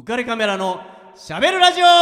浮かれカメラのしゃべるラジオ。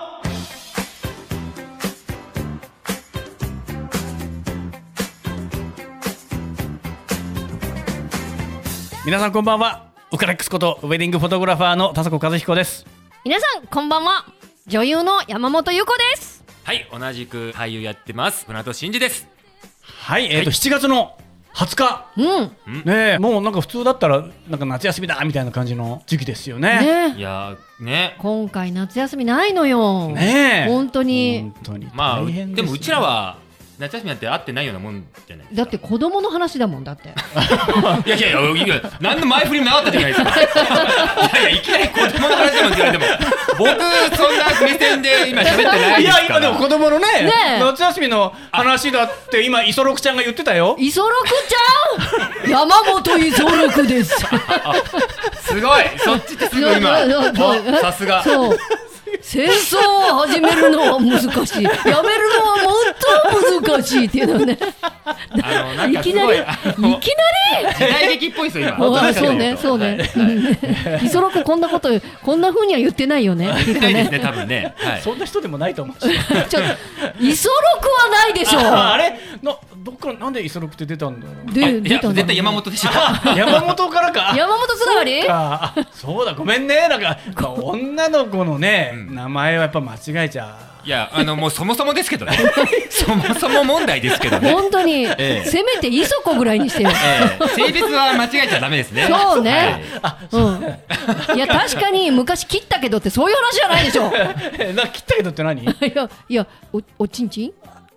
皆さんこんばんは。ウカレックスことウェディングフォトグラファーの田底和彦です。 皆さんこんばんは。女優の山本優子です。 はい、同じく俳優やってます船戸真二です。 はい、7月の20日、ねえ、もうなんか普通だったらなんか夏休みだみたいな感じの時期ですよね。 いやね、 今回夏休みないのよ。 ねえ、 本当にまあ大変ですよね。 でもうちらは夏休みなんて会ってないようなもんじゃないですか。 だって子供の話だもん。だっていや何の前振りもなかったじゃないですか。いやいきなり子供の話だもんって言われても僕そんな目線で今喋ってないですから。 いや今でも子供のねえ夏休みの話だって今磯六ちゃんが言ってたよ。 磯六ちゃん山本磯六ですすごい、そっちってすごい今さすが。そう戦争を始めるのは難しい、やめるのはもっと難しいっていうのね。 なんかすごい時代劇っぽいですよ今。 そうね磯六こんなことこんな風には言ってないよね。 言ってないですね多分ね、はい、 そんな人でもないと思うしちょっと磯六はないでしょ。 あれどっからなんで磯六って出たんだろう。 いや絶対山本でしょ。 山本からか。 山本つながり。 そうだ、ごめんね。なんか女の子のね、名前はやっぱ間違えちゃう。 いやもうそもそもですけどねそもそも問題ですけどね。 本当に、せめて磯子ぐらいにしてよ。 性別は間違えちゃダメですね。 そうね、いや確かに昔切ったけどってそういう話じゃないでしょ。 切ったけどって何？いやおちんちん。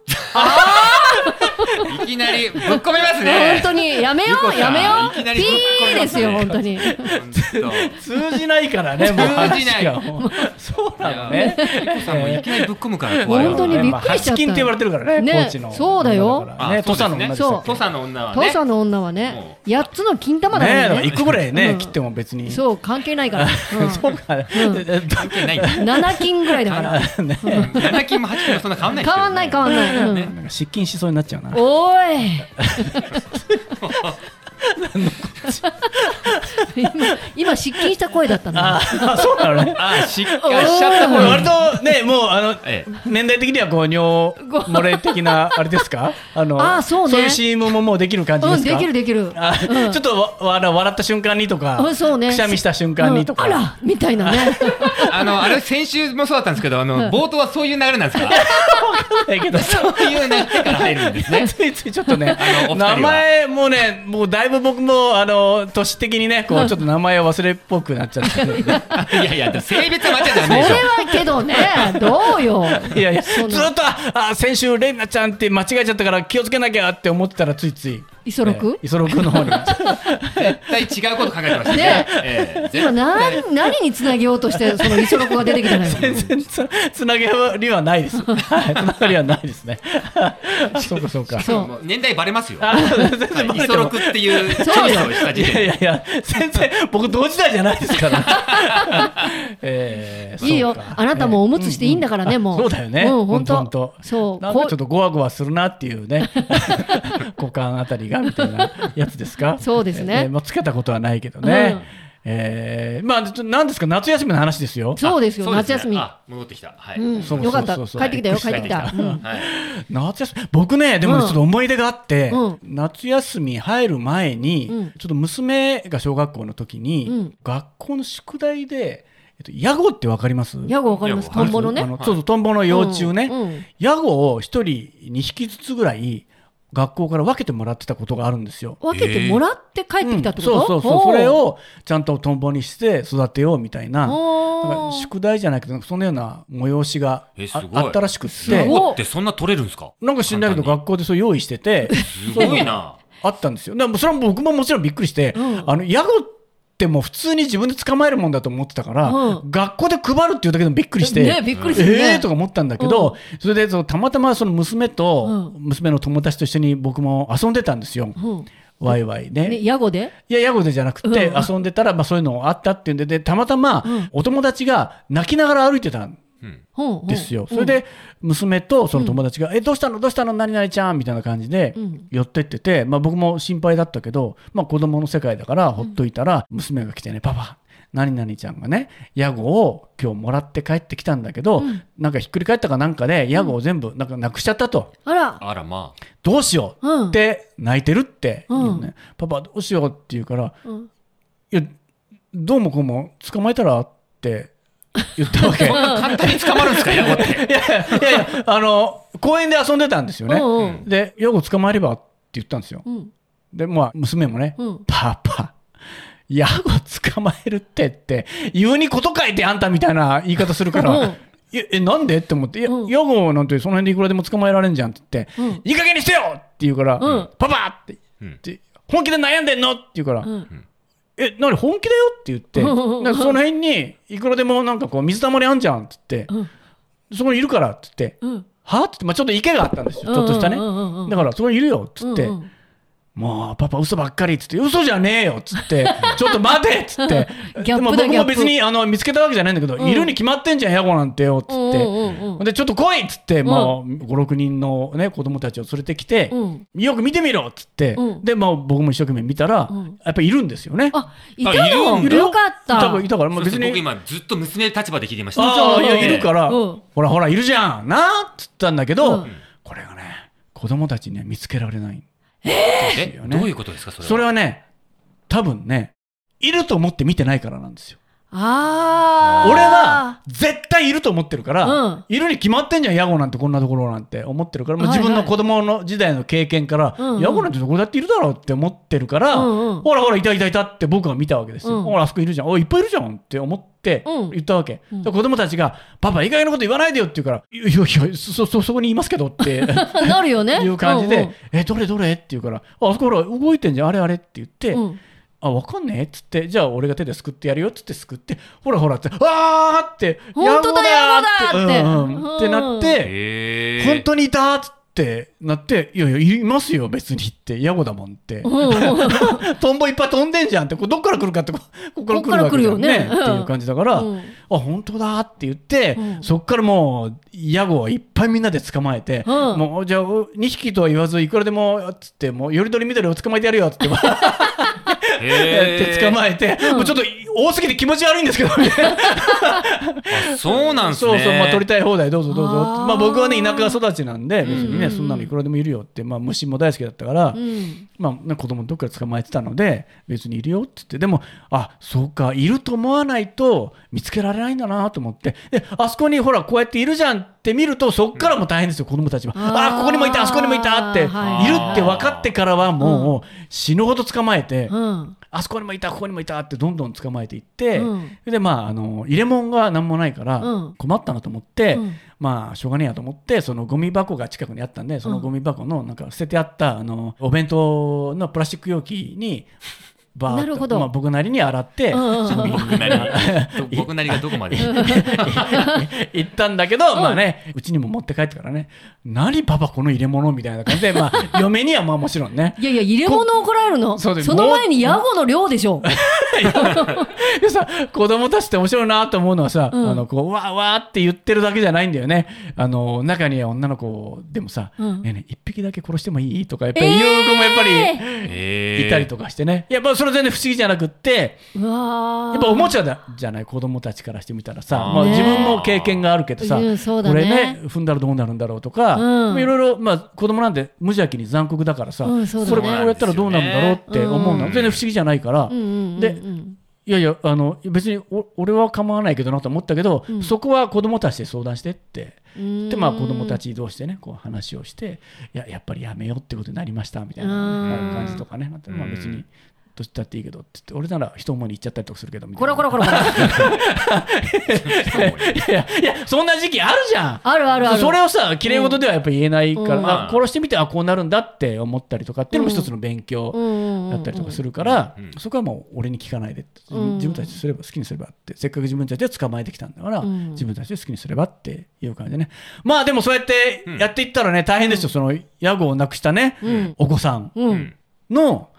いきなりぶっ込めますね。 本当にやめようピーですよ本当に。 通じないからね。もう通じない。 そうなのね。 さんもいきなりぶっ込むから怖い。 本当にびっくりしちゃった。 八金って言われてるからね。高知の。 そうだよ。 土佐の女ですよ。 土佐の女はね。 土佐の女はね、8つの金玉だもんね。 一個ぐらいね切っても別に。 そう関係ないから。 そうか。 関係ない。 7金ぐらいだから。 7金も8金もそんな変わんない。 変わんない。 失禁しそうになっちゃうな。 おーい今失禁した声だったの。 そうなのね。 失禁しちゃった声。 割とね、もう年代的には尿漏れ的なあれですか。そういう CM ももうできる感じですか。 できる。 ちょっと笑った瞬間にとか、くしゃみした瞬間にとか、 あらみたいなね。 あれ先週もそうだったんですけど、冒頭はそういう流れなんですか。そういう流れから入るんですね。 ついついちょっとね、名前もね、もうだいぶ僕も年的にね、こうちょっと名前を忘れっぽくなっちゃって。 いや性別は間違いないでしょ。 それはけどね、どうよ。 いやずっと先週レイナちゃんって間違えちゃったから気をつけなきゃって思ってたらついつい磯六の方に絶対違うこと考えてましたね。 今何につなげようとしてその磯六が出てきたのよ。 全然つなげりはないです。つながりはないですね。そうか。 年代バレますよ。磯六っていうチョイスをした時点。 いや全然僕同時代じゃないですから。 いいよ、あなたもおむつしていいんだからね。もうそうだよね。本当。 そうなんかちょっとゴワゴワするなっていうね。股間あたりがみたいなやつですか。 そうですね。 つけたことはないけどね。何ですか、夏休みの話ですよ。 そうですよ、夏休み。 戻ってきた。よかった、帰ってきたよ。 夏休み、僕ね、でもちょっと思い出があって、夏休み入る前にちょっと娘が小学校の時に学校の宿題でヤゴってわかります？ ヤゴわかります。トンボのね。 そうトンボの幼虫ね。ヤゴを1人2匹ずつぐらい学校から分けてもらってたことがあるんですよ。 分けてもらって帰ってきたってこと？ そうそれをちゃんとトンボにして育てようみたいな、なんか宿題じゃなくてそのような催しがあったらしくって。 ヤゴってそんな取れるんですか？ なんか知んないけど学校でそう用意しててすごいな。 あったんですよ。それは僕ももちろんびっくりして、ヤゴでも普通に自分で捕まえるもんだと思ってたから、学校で配るっていうだけでもびっくりして、 びっくりするね。 とか思ったんだけど、それでたまたまその娘と娘の友達と一緒に僕も遊んでたんですよ。ワイワイね。 ヤゴで？ いやヤゴでじゃなくて遊んでたらそういうのあったっていうんでたまたまお友達が泣きながら歩いてたんですよ。それで娘とその友達がどうしたの何々ちゃんみたいな感じで寄ってってて、僕も心配だったけど、子供の世界だからほっといたら娘が来てね、パパ何々ちゃんがねヤゴを今日もらって帰ってきたんだけど、なんかひっくり返ったかなんかでヤゴを全部なんかなくしちゃったと、 あらまあどうしようって泣いてるって言うね、パパどうしようって言うから、いやどうもこうも捕まえたらって言ったわけ。 そんな簡単に捕まるんですかヤゴって。 いや公園で遊んでたんですよね、でヤゴ捕まえればって言ったんですよ、でまあ娘もね、パパヤゴ捕まえるって言うにこと書いてあんたみたいな言い方するから、なんでって思って、ヤゴなんてその辺でいくらでも捕まえられんじゃんって言って、いい加減にしてよって言うから、パパって言って、本気で悩んでんのって言うから、何本気だよって言って、その辺にいくらでもなんかこう水たまりあんじゃんって言って、そこにいるからって言って、はって言って、ちょっと池があったんですよ、ちょっとしたね、だからそこにいるよって言って、もうパパ嘘ばっかりっつって、嘘じゃねえよっつってちょっっと待てっつってでも僕も別に見つけたわけじゃないんだけど、いるに決まってんじゃんヤゴなんてよっつって、でちょっと来いっつって、もう 5,6 人のね子供たちを連れてきて、よく見てみろっつって、で僕も一生懸命見たら、やっぱりいるんですよね。 あ、いたの？よかった。 いたから別に僕今ずっと娘立場で聞いてました。 いやいるから、ほらほらいるじゃんなっつったんだけど、これがね子供たちには見つけられない。 どういうことですか？ それはね、多分ね、いると思って見てないからなんですよ。俺は絶対いると思ってるから、いるに決まってんじゃんヤゴなんてこんなところなんて思ってるから、自分の子供の時代の経験から、ヤゴなんてどこだっているだろうって思ってるから、ほらほらいたいたいたって僕が見たわけですよ。ほらあそこいるじゃん、おいいっぱいいるじゃんって思って言ったわけ。子供たちがパパ意外なこと言わないでよって言うから、いやいやそこにいますけどってなるよね。 いう感じで、どれどれって言うから、あそこほら動いてんじゃんあれあれって言って。わかんねえっつって、じゃあ俺が手ですくってやるよっつってすくって、ほらほらって、わーって本当だヤゴだってなって、本当にいたってなって、いやいやいますよ別にってヤゴだもんって、トンボいっぱい飛んでんじゃんって、どっから来るかって、ここから来るわけじゃんねっていう感じだから、あ本当だって言って、そっからもうヤゴをいっぱいみんなで捕まえて、もうじゃあ2匹とは言わずいくらでもっつって、もうよりどりみどりを捕まえてやるよっつってって捕まえて、もうちょっと多すぎて気持ち悪いんですけどねそうなんですね。 そうそう、まあ、取りたい放題どうぞどうぞ。まあ、僕はね田舎育ちなんで別にね、そんなのいくらでもいるよって、まあ、虫も大好きだったから、まあね、子供の時から捕まえてたので別にいるよって言って、でもそうかいると思わないと見つけられないんだなと思って、であそこにほらこうやっているじゃんって見ると、そっからも大変ですよ子供たちは。ここにもいたあそこにもいたっているって分かってからはもう死ぬほど捕まえて、あそこにもいたここにもいたってどんどん捕まえていって、でまあ入れ物が何もないから困ったなと思って、まあしょうがねえやと思って、そのゴミ箱が近くにあったんで、そのゴミ箱のなんか捨ててあったお弁当のプラスチック容器にバーッと、まあ、僕なりに洗って、 僕なりがどこまで行ったんだけど、まあね、うちにも持って帰ってからね、何パパこの入れ物みたいな感じで、まあ嫁にはまあもちろんね、 いやいや入れ物怒られるの、その前にヤゴの量でしょでさ、子供たちって面白いなと思うのはさ、こうわーわーって言ってるだけじゃないんだよね。中には女の子でもさ、ねえねえ一匹だけ殺してもいいとかやっぱり言う子もやっぱりいたりとかしてね、やっぱそれ全然不思議じゃなくって、やっぱおもちゃじゃない、子供たちからしてみたらさ、まあ、自分も経験があるけどさ、これね踏んだらどうなるんだろうとか、いろいろ、まあ、子供なんて無邪気に残酷だからさ、これこうやったらどうなるんだろうって思うのは全然不思議じゃないから、でいやいや別に俺は構わないけどなと思ったけど、そこは子供たちで相談してってで、まあ、子供たち同士でねこう話をして、やっぱりやめようってことになりましたみたいな感じとかね、まあ、別にどうしたっていいけどって言って、俺なら人思いに行っちゃったりとかするけどみたいな、 こらいやそんな時期あるじゃん。 あるそれをさ綺麗事ではやっぱり言えないから、殺してみてこうなるんだって思ったりとかっていうのも一つの勉強だったりとかするから、そこはもう俺に聞かないで、自分たちですれば好きにすればって、せっかく自分たちで捕まえてきたんだから、自分たちで好きにすればっていう感じでね。まあでもそうやってやっていったらね大変ですよ。そのヤゴをなくしたね、お子さんの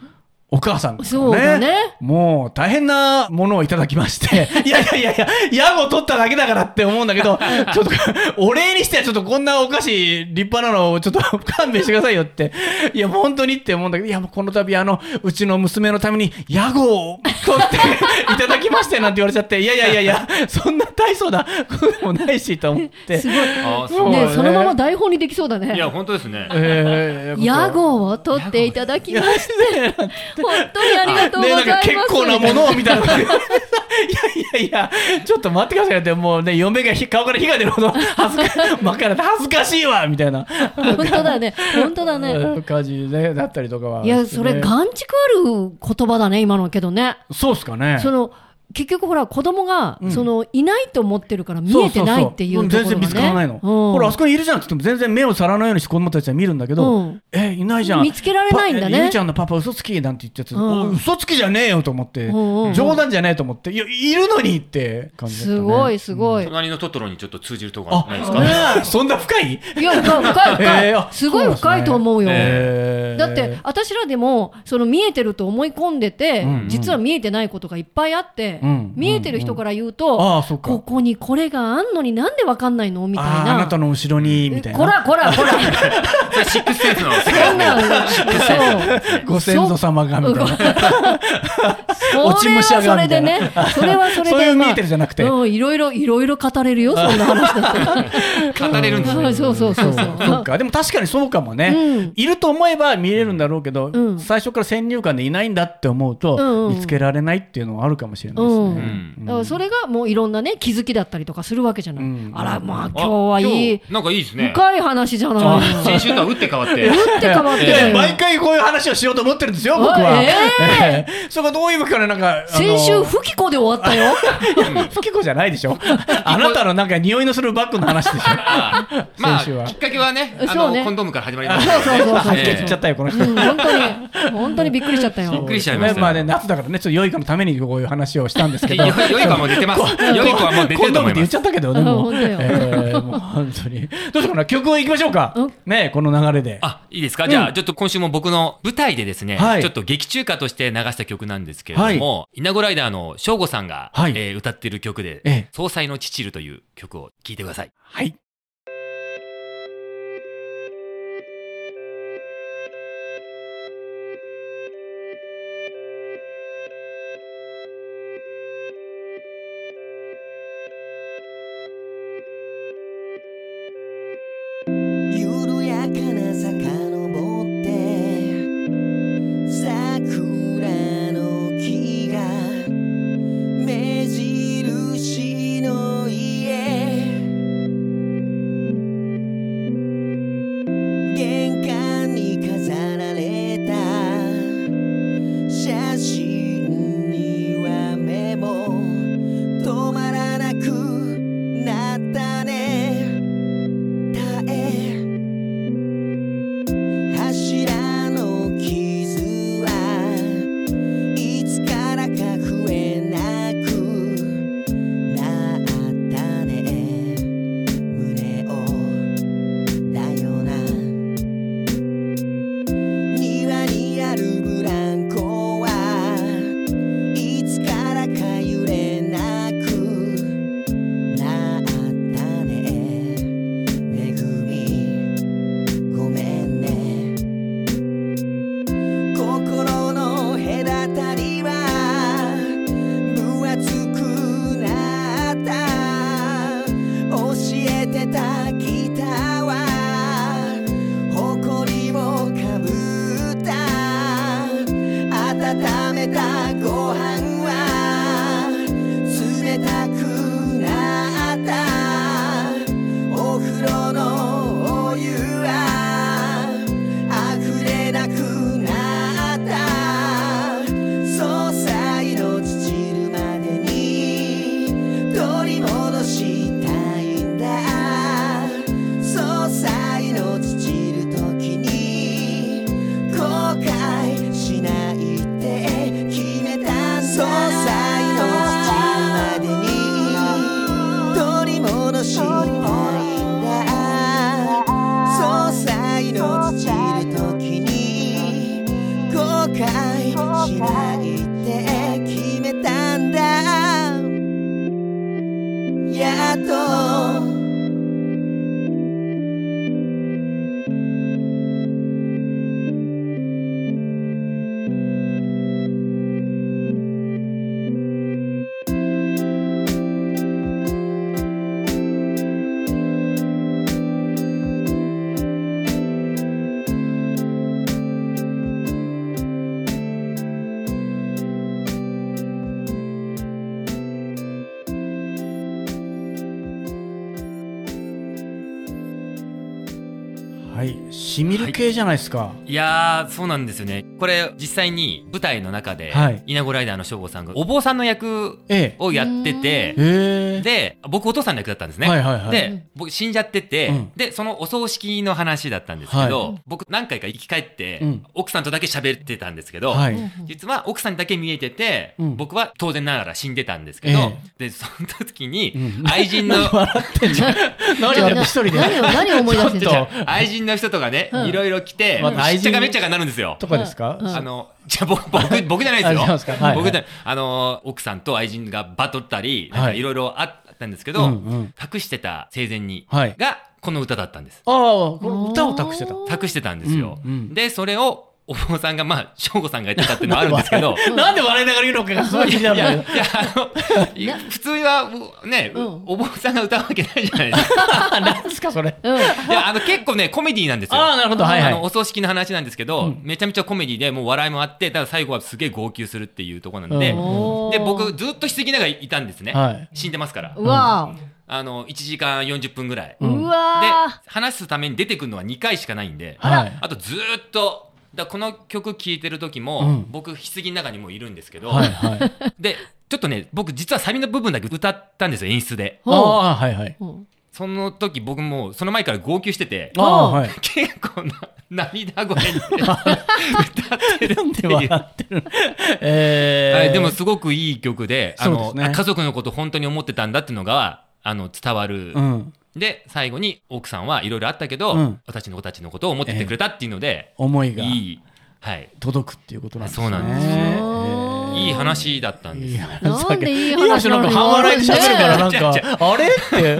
お母さんからそうだね。 もう大変なものをいただきまして、いや、ヤゴ取っただけだからって思うんだけど、ちょっとお礼にしてはちょっとこんなお菓子立派なのをちょっと勘弁してくださいよって、いや本当にって思うんだけど、いやもうこの度うちの娘のためにヤゴを取っていただきましてなんて言われちゃって、いやそんな大層なことでもないしと思って、 すごいね、そのまま台本にできそうだね。 いや本当ですね。 ヤゴを取っていただきまして本当にありがとうございます。 なんか結構なものをみたいな。いやちょっと待ってくださいって、もうね嫁が顔から火が出るほど恥ずかしいわみたいな。 本当だね感じねだったりとかは、ね。 いやそれ眼蓄ある言葉だね今のけどね。 そうっすかね。 結局ほら子供が、いないと思ってるから見えてないっていうところがね。 全然見つからないの。ほらあそこにいるじゃんって言っても全然目を皿のようにして子供たちは見るんだけど、いないじゃん。 見つけられないんだね。 ゆうちゃんのパパ嘘つきなんて言ってた、嘘つきじゃねえよと思って、冗談じゃねえと思って、いやいるのにって感じだったね。 すごい。 隣のトトロにちょっと通じるところないですか。 そんな深い？ いや深い。すごい深いと思うよ。だって私らでも見えてると思い込んでて、実は見えてないことがいっぱいあって、見えてる人から言うと、ここにこれがあんのになんでわかんないのみたいな。 あなたの後ろにみたいな。 こらシックスセンスの世界。 ご先祖様がみたいな。 落ち武者がみたいな。それはそれでそういう見えてるじゃなくて、 いろいろ語れるよそんな話だったら。 語れるんですね。 そうか。でも確かにそうかもね。いると思えば見れるんだろうけど、最初から先入観でいないんだって思うと見つけられないっていうのはあるかもしれないですね。 それがもういろんなね気づきだったりとかするわけじゃない。あらまあ今日はいいなんかいいですね。 深い話じゃない。 先週とは打って変わって毎回こういう話をしようと思ってるんですよ僕は。それがどういうわけかね、なんか先週フキコで終わったよ。 フキコじゃないでしょ。あなたのなんか匂いのするバッグの話でしょ。 まあきっかけはねコンドームから始まりました。 はっきり言っちゃったよこの人。 本当にびっくりしちゃったよ。 びっくりしちゃいました。 まあね夏だからねちょっと良い子のためにこういう話をしたんですけど。 良い子はもう出てます。良い子はもう出てると思います。 言っちゃったけどねもう本当に。どうしようかな、曲をいきましょうかね、この流れで。 いいですか。じゃあちょっと今週も僕の舞台でですね、ちょっと劇中歌として流した曲なんですけれども、イナゴライダーの翔吾さんが歌っている曲で総裁のチチルという曲を聴いてください。 はい。 緩やかな坂登って桜の木が目印の家がとうしみる系じゃないですか。 はい、いやそうなんですよね。これ実際に舞台の中で、稲子ライダーの省吾さんがお坊さんの役をやってて、で僕お父さんの役だったんですね、で僕死んじゃってて、でそのお葬式の話だったんですけど、僕何回か生き返って、奥さんとだけ喋ってたんですけど、実は奥さんにだけ見えてて、僕は当然ながら死んでたんですけど、でその時に愛人の何を思い出してた愛人の人とかね、いろいろ来て、しっちゃかめっちゃかなるんですよ。 とかですか？ じゃ僕じゃないですよ。僕で奥さんと愛人がバトったり、なんかいろいろあったんですけど、託してた生前にがこの歌だったんです。 ああ、この歌を託してたんですよ。でそれをお坊さんが省吾さんが言ってたっていうのはあるんですけどなんで笑いながら言うのかがすごい気になる。 いや普通はね、お坊さんが歌うわけないじゃないですか。 なんですかそれ。 いや結構ねコメディーなんですよ。 なるほど、 お葬式の話なんですけど、めちゃめちゃコメディーでもう笑いもあって、だから最後はすげえ号泣するっていうところなんで、で僕ずっと棺の中いたんですね、死んでますから。1時間40分ぐらいで話すために出てくるのは2回しかないんで、あとずっとこの曲聴いてる時も、僕棺の中にもいるんですけど、でちょっとね僕実はサビの部分だけ歌ったんですよ、演出で。その時僕もその前から号泣してて、結構涙声で歌ってるっていうでもすごくいい曲で、家族のこと本当に思ってたんだっていうのが伝わる。で最後に奥さんはいろいろあったけど、私の子たちのことを思っててくれたっていうので、 思いが届くっていうことなんですね。 そうなんですよ。いい話だったんですよ。 なんでいい話なのに半笑いで喋るからなんかあれって。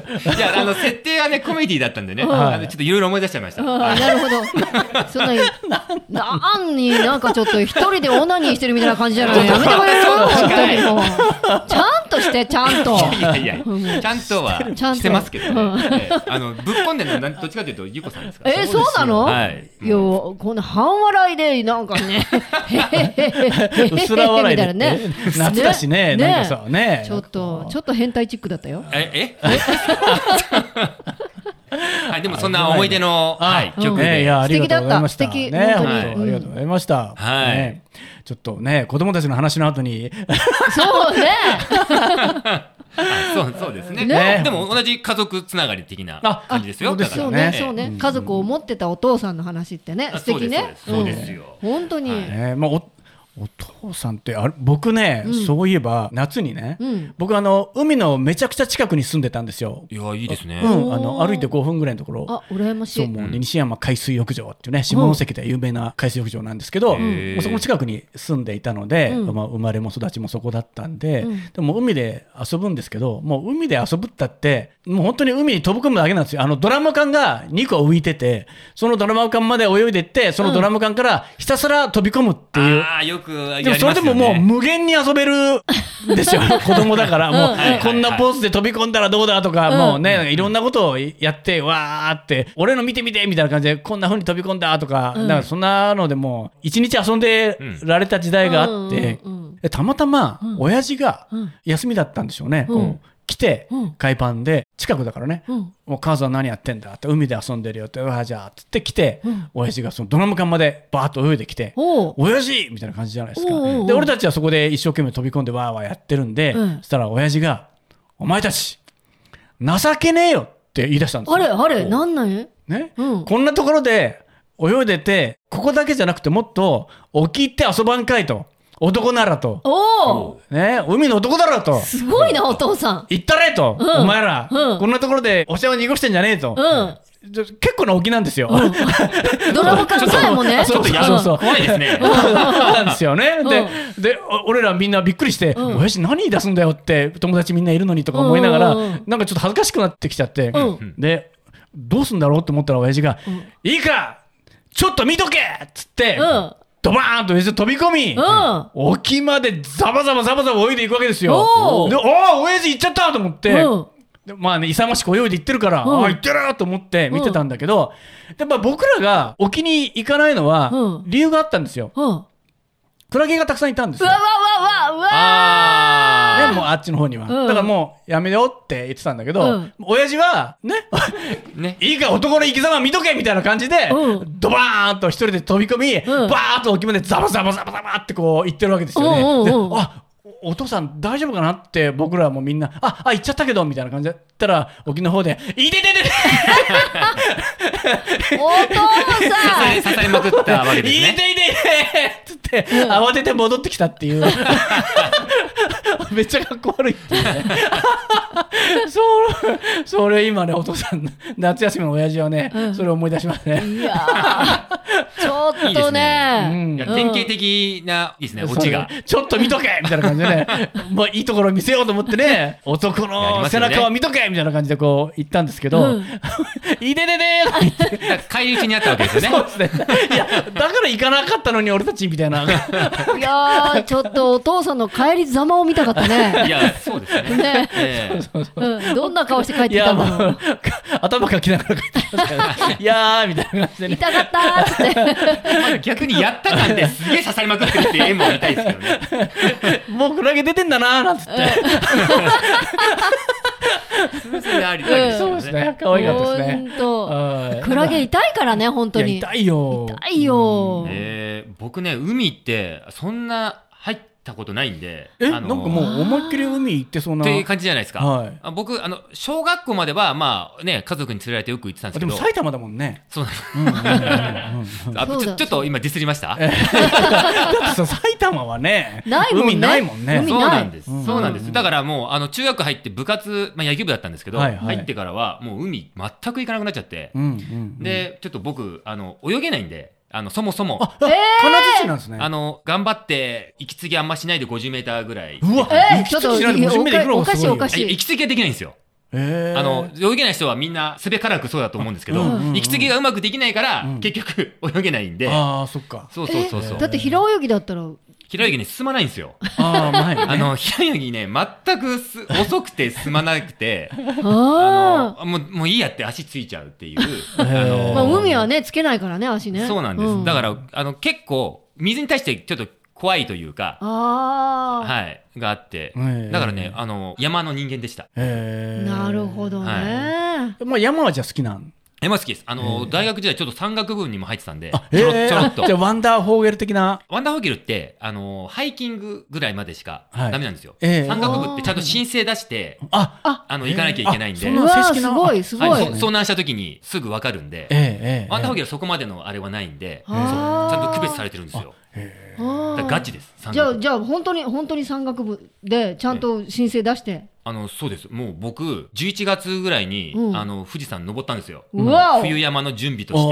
いや設定はねコメディだったんでね、ちょっといろいろ思い出しちゃいました。 なるほど。そんななんかちょっと一人でオナニーしてるみたいな感じじゃない。やめてくれる？本当にもうちゃんとしてちゃんと。 いやちゃんとはしてますけどね。ぶっ込んでるのはどっちかというとゆうこさんですから。 そうなの？いやこんな半笑いでなんかね。 薄ら笑いで夏だしね、なんかさね、 ちょっと変態チックだったよ。 でもそんな思い出の曲で、 ありがとうございました。素敵、本当にありがとうございました。ちょっとね子供たちの話の後にそうね。 そうですね。でも同じ家族つながり的な感じですよ。 そうね。家族を持ってたお父さんの話ってね、素敵ね。 そうですよ。 本当に。 お父さんって僕ね、そういえば夏にね、僕海のめちゃくちゃ近くに住んでたんですよ。 いやいいですね。 歩いて5分ぐらいのところ。 羨ましい。 もう西山海水浴場っていうね、下関で有名な海水浴場なんですけど、そこの近くに住んでいたので、生まれも育ちもそこだったんで、でも海で遊ぶんですけど、もう海で遊ぶったってもう本当に海に飛び込むだけなんですよ。ドラム缶が2個浮いてて、そのドラム缶まで泳いでいって、そのドラム缶からひたすら飛び込むっていう。でもそれでももう無限に遊べるんですよ。子供だからもうこんなポーズで飛び込んだらどうだとか、もうねいろんなことをやってわーって俺の見てみてみたいな感じでこんな風に飛び込んだとか、だからそんなのでもう一日遊んでられた時代があって、たまたま親父が休みだったんでしょうね。来て海パンで近くだからね、もう母さん何やってんだって海で遊んでるよって、じゃあってって来て、親父がそのドラム缶までバーッと泳いできて、親父みたいな感じじゃないですか。で俺たちはそこで一生懸命飛び込んでわーわーやってるんで、そしたら親父がお前たち情けねえよって言い出したんですよ。 あれなんなんね、 こんなところで泳いでてここだけじゃなくてもっと沖行って遊ばんかいと、男ならと、海の男だろと、 すごいなお父さん、 行ったれと、お前ら、こんなところでお茶を濁してんじゃねえと、 結構な大きなんですよ。 ドラム缶そうやもんね。 ちょっと怖いですね。 なんですよね。で俺らみんなびっくりして親父何言い出すんだよって友達みんないるのにとか思いながらなんかちょっと恥ずかしくなってきちゃってでどうすんだろうって思ったら親父がいいかちょっと見とけっつってドバーンと親父飛び込み沖までザバザバ泳いでいくわけですよ。で親父行っちゃったと思ってまあね勇ましく泳いで行ってるから行ってると思って見てたんだけどやっぱ僕らが沖に行かないのは理由があったんですよ。クラゲがたくさんいたんですよ。でもあっちの方にはだからもうやめようって言ってたんだけど親父はねいいか男の生き様見とけみたいな感じでドバーンと一人で飛び込みバーッと沖までザバザバってこう行ってるわけですよね。でお父さん大丈夫かなって僕らもみんな行っちゃったけどみたいな感じだったら沖の方で「いてててて!」 お父さん刺されまくったわけですね。 いていてっつって慌てて戻ってきたっていうめっちゃかっこ悪いっていうねそれ今ねお父さん夏休みの親父はねそれを思い出しますね。 いやちょっとね典型的ないいですねオチがちょっと見とけみたいな感じでねもういいところ見せようと思ってね男の背中を見とけみたいな感じでこう言ったんですけどいててて返り討ちにあったわけですよね。 そうですね。いやだから行かなかったのに俺たちみたいな。いやちょっとお父さんの帰りざまを見たかったね。 いやそうですね。 どんな顔して帰ってきたんだろう。 頭かきながら帰ってきましたから。いやみたいな感じでね。 痛かったーって。 逆にやった感ですげえ刺さりまくってるっていう絵も見たいですけどね。 もうクラゲ出てんだなーなんつって。そうですね。可愛かったですね。 クラゲ痛いからね本当に。 痛いよ。 痛いよ。 僕ね海ってそんな入ったことないんでなんかもう思いっきり海行ってそうなっていう感じじゃないですか。僕小学校まではまあね家族に連れられてよく行ってたんですけど。 でも埼玉だもんね。 そうちょっと今ディスりました。 だってさ埼玉はね海ないもんね。 そうなんです。だからもう中学入って部活野球部だったんですけど入ってからはもう海全く行かなくなっちゃってでちょっと僕泳げないんで。そもそも金槌なんですね。 頑張って息継ぎあんましないで50メーターぐらい。 うわ、息継ぎしないで50メーター行くのがすごいよ。 息継ぎができないんですよ。泳げない人はみんなすべからくそうだと思うんですけど、息継ぎがうまくできないから結局泳げないんで。 ああ、そっか。 そう。 だって平泳ぎだったら。 平泳ぎに進まないんですよ。平泳ぎね全く遅くて進まなくてもういいやって足ついちゃうっていう海はねつけないからね足ね。 そうなんです。だから結構水に対してちょっと怖いというかはいがあってだからね山の人間でした。 なるほどね。 まあ山はじゃあ好きなん山好きです。大学時代ちょっと山岳部にも入ってたんで、 ちょろっと。じゃあワンダーホーゲル的な。 ワンダーホーゲルって、ハイキングぐらいまでしかダメなんですよ。山岳部ってちゃんと申請出して、行かなきゃいけないんで。 すごい。 遭難した時にすぐ分かるんで、ワンダーホーゲルはそこまでのあれはないんで、ちゃんと区別されてるんですよ。ガチです。 じゃあ本当に山岳部でちゃんと申請出して。 そうです。もう僕11月ぐらいに富士山登ったんですよ。冬山の準備として。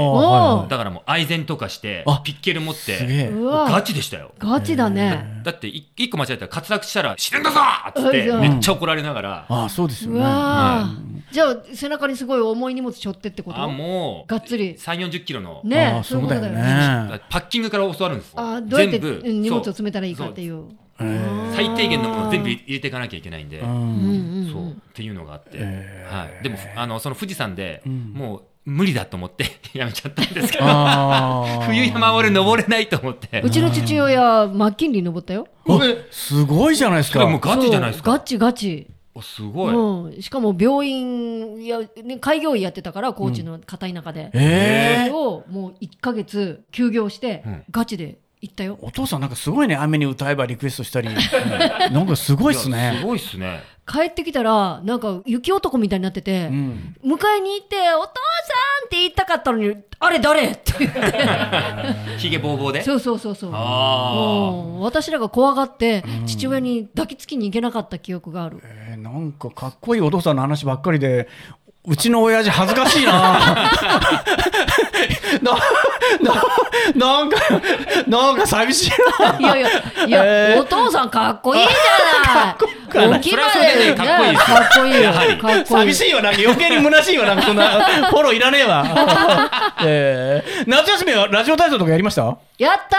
だからもうアイゼンとかしてピッケル持ってガチでしたよ。 ガチだね。 だって一個間違えたら滑落したら死ぬんだぞっつってめっちゃ怒られながら。 ああそうですよね。 じゃあ背中にすごい重い荷物背負ってってこと？ もうがっつり 3、40キロのね。そうだよね。 パッキングから教わるんですよ。 どうやって荷物を詰めたらいいかっていう。 最低限のものを全部入れていかなきゃいけないんで、そうっていうのがあって、でもその富士山でもう無理だと思ってやめちゃったんですけど、冬山俺登れないと思って。 うちの父親マッキンリー登ったよ。 すごいじゃないですか。 それもうガチじゃないですか。 ガチ。 すごい。しかも病院開業医やってたから高知の片田舎で、それをもう1ヶ月休業してガチで行ったよ。 お父さんなんかすごいね。雨に歌えばリクエストしたりなんかすごいっすね。 すごいっすね。 帰ってきたらなんか雪男みたいになってて、迎えに行ってお父さんって言いたかったのにあれ誰って言ってひげぼうぼうで。 そう私らが怖がって父親に抱きつきに行けなかった記憶がある。 なんかかっこいいお父さんの話ばっかりでうちの親父恥ずかしいななんか寂しいな。 いや、お父さんかっこいいじゃない。 起きまでかっこいい。かっこいいよ。 寂しいわ、なんか余計に虚しいわ、なんかそんなフォローいらねえわ。夏休みはラジオ体操とかやりました？ やった。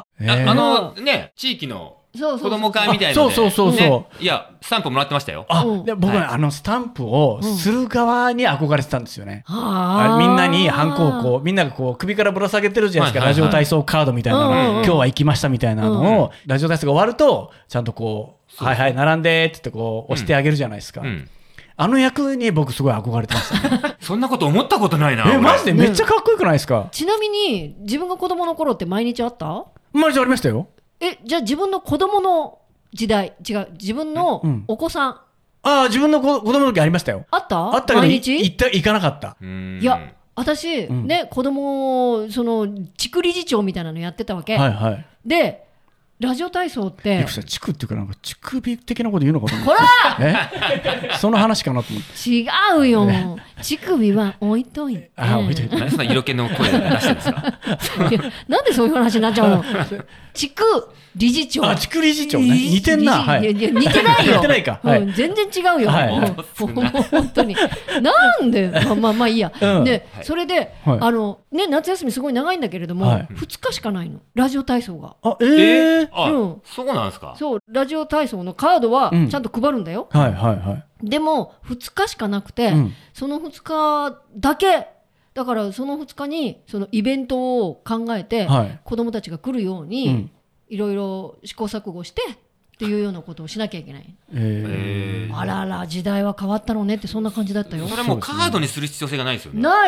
ね、地域の子供会みたいなので、 そう、 いやスタンプもらってましたよ。 で僕はスタンプをする側に憧れてたんですよね。みんなにハンコをこうみんながこう首からぶら下げてるじゃないですか、ラジオ体操カードみたいなの、今日は行きましたみたいなのを、ラジオ体操が終わるとちゃんとこうはい並んでって言ってこう押してあげるじゃないですか。あの役に僕すごい憧れてましたね。 そんなこと思ったことないな。 マジでめっちゃかっこよくないですか？ ちなみに自分が子供の頃って毎日あった？ 毎日ありましたよ。 じゃあ自分の子供の時代、違う、自分のお子さん。 自分の子供の時ありましたよ。 あった？ あったけど毎日行かなかった。 いや、私、ね、子供、地区理事長みたいなのやってたわけ。で、ラジオ体操って。 地区っていうか、なんか乳首的なこと言うのかと思って。 ほらその話かなと思って。 違うよ。乳首は置いといて。 置いといて。何そんな色気の声出してるんですか？ なんでそういう話になっちゃうの？地区理事長。 地区理事長ね。似てんな。 似てないよ。 似てないか。 全然違うよ。本当に。なんで、まあいいや。で、それで、夏休みすごい長いんだけれども、2日しかないの。ラジオ体操が。 そうなんですか？ そう、ラジオ体操のカードはちゃんと配るんだよ。でも、2日しかなくて、その2日だけ、だからその2日にそのイベントを考えて、子供たちが来るようにいろいろ試行錯誤してっていうようなことをしなきゃいけない。あらら、時代は変わったのねって、そんな感じだったよ。 それもカードにする必要性がないですよね。 ない。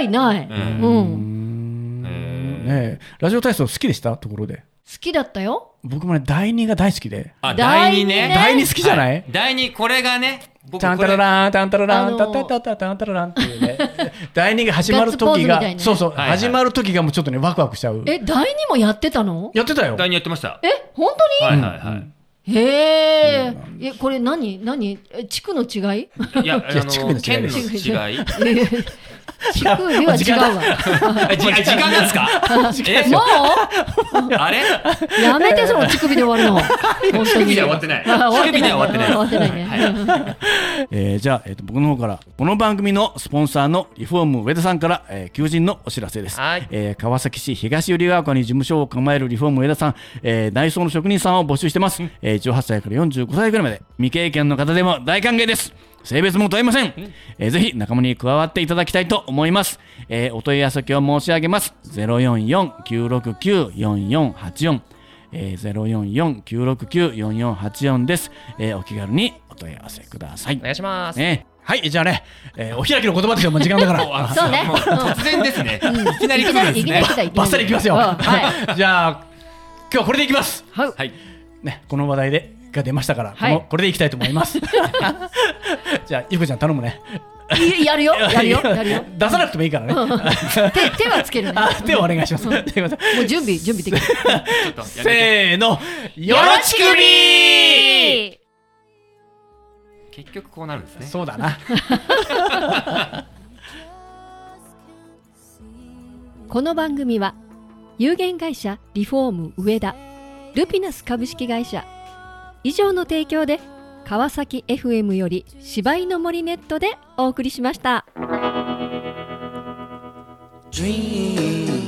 ラジオ体操好きでした？ところで好きだったよ。 僕もね、第2が大好きで。 第2ね。 第2好きじゃない？ 第2、これがね、 タンタラランタンタラランタタタタタンタラランっていうね、第2が始まる時が、そう始まる時がもうちょっとねワクワクしちゃう。 第2もやってたの？ やってたよ。 第2やってました。 本当に？ へえ。これ何？地区の違い？ いや、県の違い。 乳首は違うわ。 時間なんですか？ もう？ あれ？ やめて、その乳首で終わるの。 乳首では終わってない。乳首では終わってないね。じゃあ僕の方からこの番組のスポンサーのリフォーム上田さんから求人のお知らせです。川崎市東百合ヶ丘に事務所を構えるリフォーム上田さん、内装の職人さんを募集してます。18歳から45歳ぐらいまで未経験の方でも大歓迎です。性別も問いません。ぜひ仲間に加わっていただきたいと思います。お問い合わせ先を申し上げます。044-969-4484 044-969-4484 です。お気軽にお問い合わせください。 お願いします。 はい、じゃあね、お開きの言葉ですよ、もう時間だから。 そうね。 突然ですね。いきなり来るんですね。 バッサリいきますよ。じゃあ今日はこれでいきます。 はい。 ね、この話題でが出ましたから、これでいきたいと思います。じゃあゆこちゃん頼むね。 やるよ。 出さなくてもいいからね。 手はつけるね。 手をお願いします。もう準備できる。 せーの、よろちくび。 結局こうなるんですね。 そうだな。 この番組は有限会社リフォーム上田、ルピナス株式会社以上の提供で川崎 FM より芝居の森ネットでお送りしました。 Dream